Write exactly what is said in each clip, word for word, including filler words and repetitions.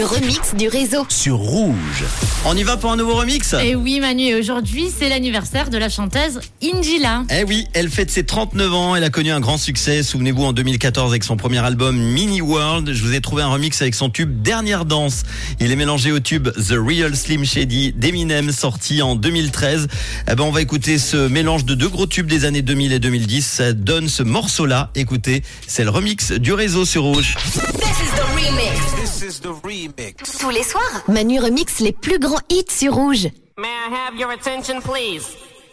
Le remix du réseau sur Rouge. On y va pour un nouveau remix ? Et oui Manu, et aujourd'hui c'est l'anniversaire de la chanteuse Injila. Eh oui, elle fête ses trente-neuf ans, elle a connu un grand succès, souvenez-vous en deux mille quatorze avec son premier album Mini World. Je vous ai trouvé un remix avec son tube Dernière Danse. Il est mélangé au tube The Real Slim Shady d'Eminem sorti en deux mille treize. Eh ben on va écouter ce mélange de deux gros tubes des années deux mille et deux mille dix. Ça donne ce morceau-là. Écoutez, c'est le remix du réseau sur Rouge. tous les soirs. Manu remix les plus grands hits sur Rouge. May I have your attention, please?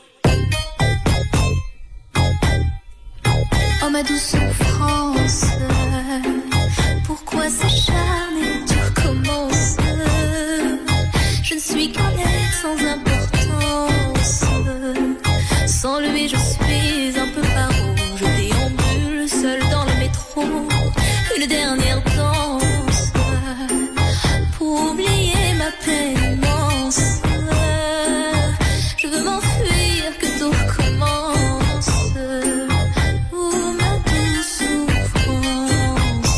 Oh ma douce souffrance, pourquoi s'acharner, tout recommence. Je ne suis qu'un être sans importance. Sans lui je suis un peu paro. Je déambule seul dans le métro. Une dernière danse pour oublier ma peine immense. Je veux m'enfuir, que tout recommence. Oh ma douce souffrance.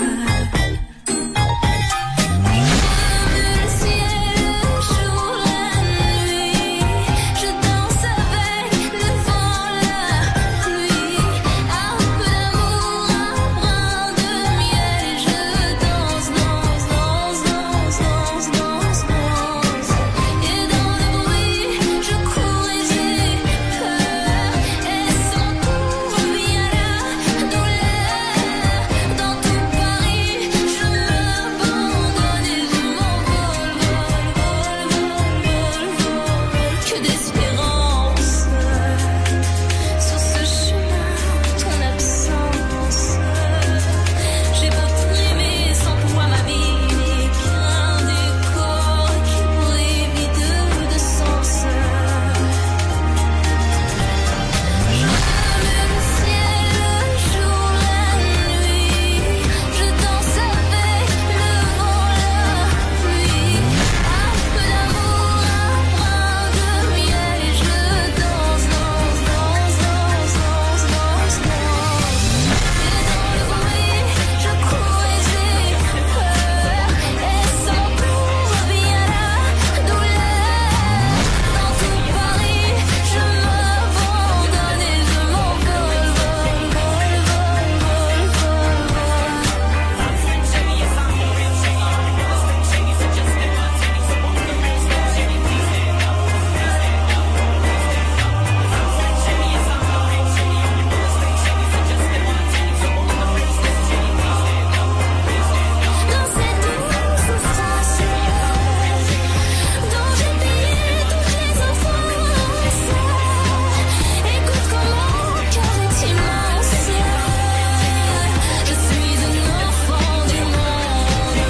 Le ciel, le jour, la nuit. Je danse avec le vent, la pluie. Un peu d'amour, un brin de miel. Et je danse, danse, danse, danse, danse, danse, danse. Et dans le bruit, je cours et j'ai peur. Et sans tout revient la douleur. Dans tout Paris, je m'abandonne et je m'envole, vol, vol, vol, vol, vol. Que d'espérance sur ce chemin, ton absence. J'ai beau trimer sans pouvoir m'habiller, qu'un décor qui pourrait vide de sens. Le ciel, le jour, la nuit. Je danse avec le vent, la pluie. Un peu d'amour, un brin de miel. Et je danse, danse, danse, danse, danse, danse, danse. Et dans le bruit, je cours et j'ai peur. Et sans tout revient la douleur. Dans tout Paris, je m'abandonne et je m'envole, vol, vol, vol, vol, vol. Dans cette douce souffrance dont j'ai payé toutes les offenses. Écoute comment mon cœur est immense. Je suis un enfant du monde.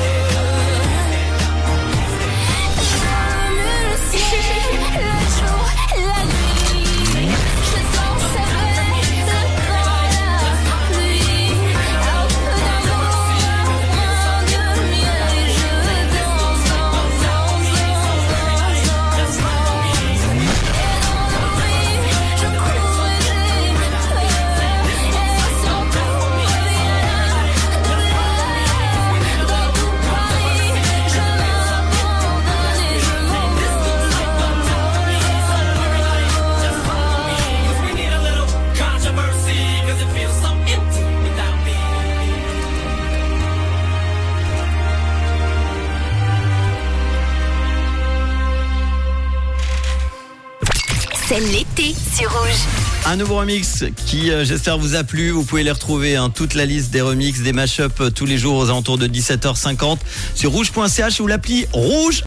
J'aime le ciel, le jour, la nuit. Je danse avec le vent, la pluie. Un peu d'amour, un brin de miel. Et je danse, danse, danse, danse, danse, danse. Et dans le bruit, je cours et j'ai peur. Et sans tout revient la douleur. Dans tout Paris, je m'abandonne et je m'envole, vol, vol, We need a little controversy, cause it feels so empty without me. C'est l'été sur Rouge. Un nouveau remix qui, euh, j'espère, vous a plu. Vous pouvez les retrouver, hein, toute la liste des remixes, des mashups, euh, tous les jours aux alentours de dix-sept heures cinquante sur rouge point c h ou l'appli Rouge.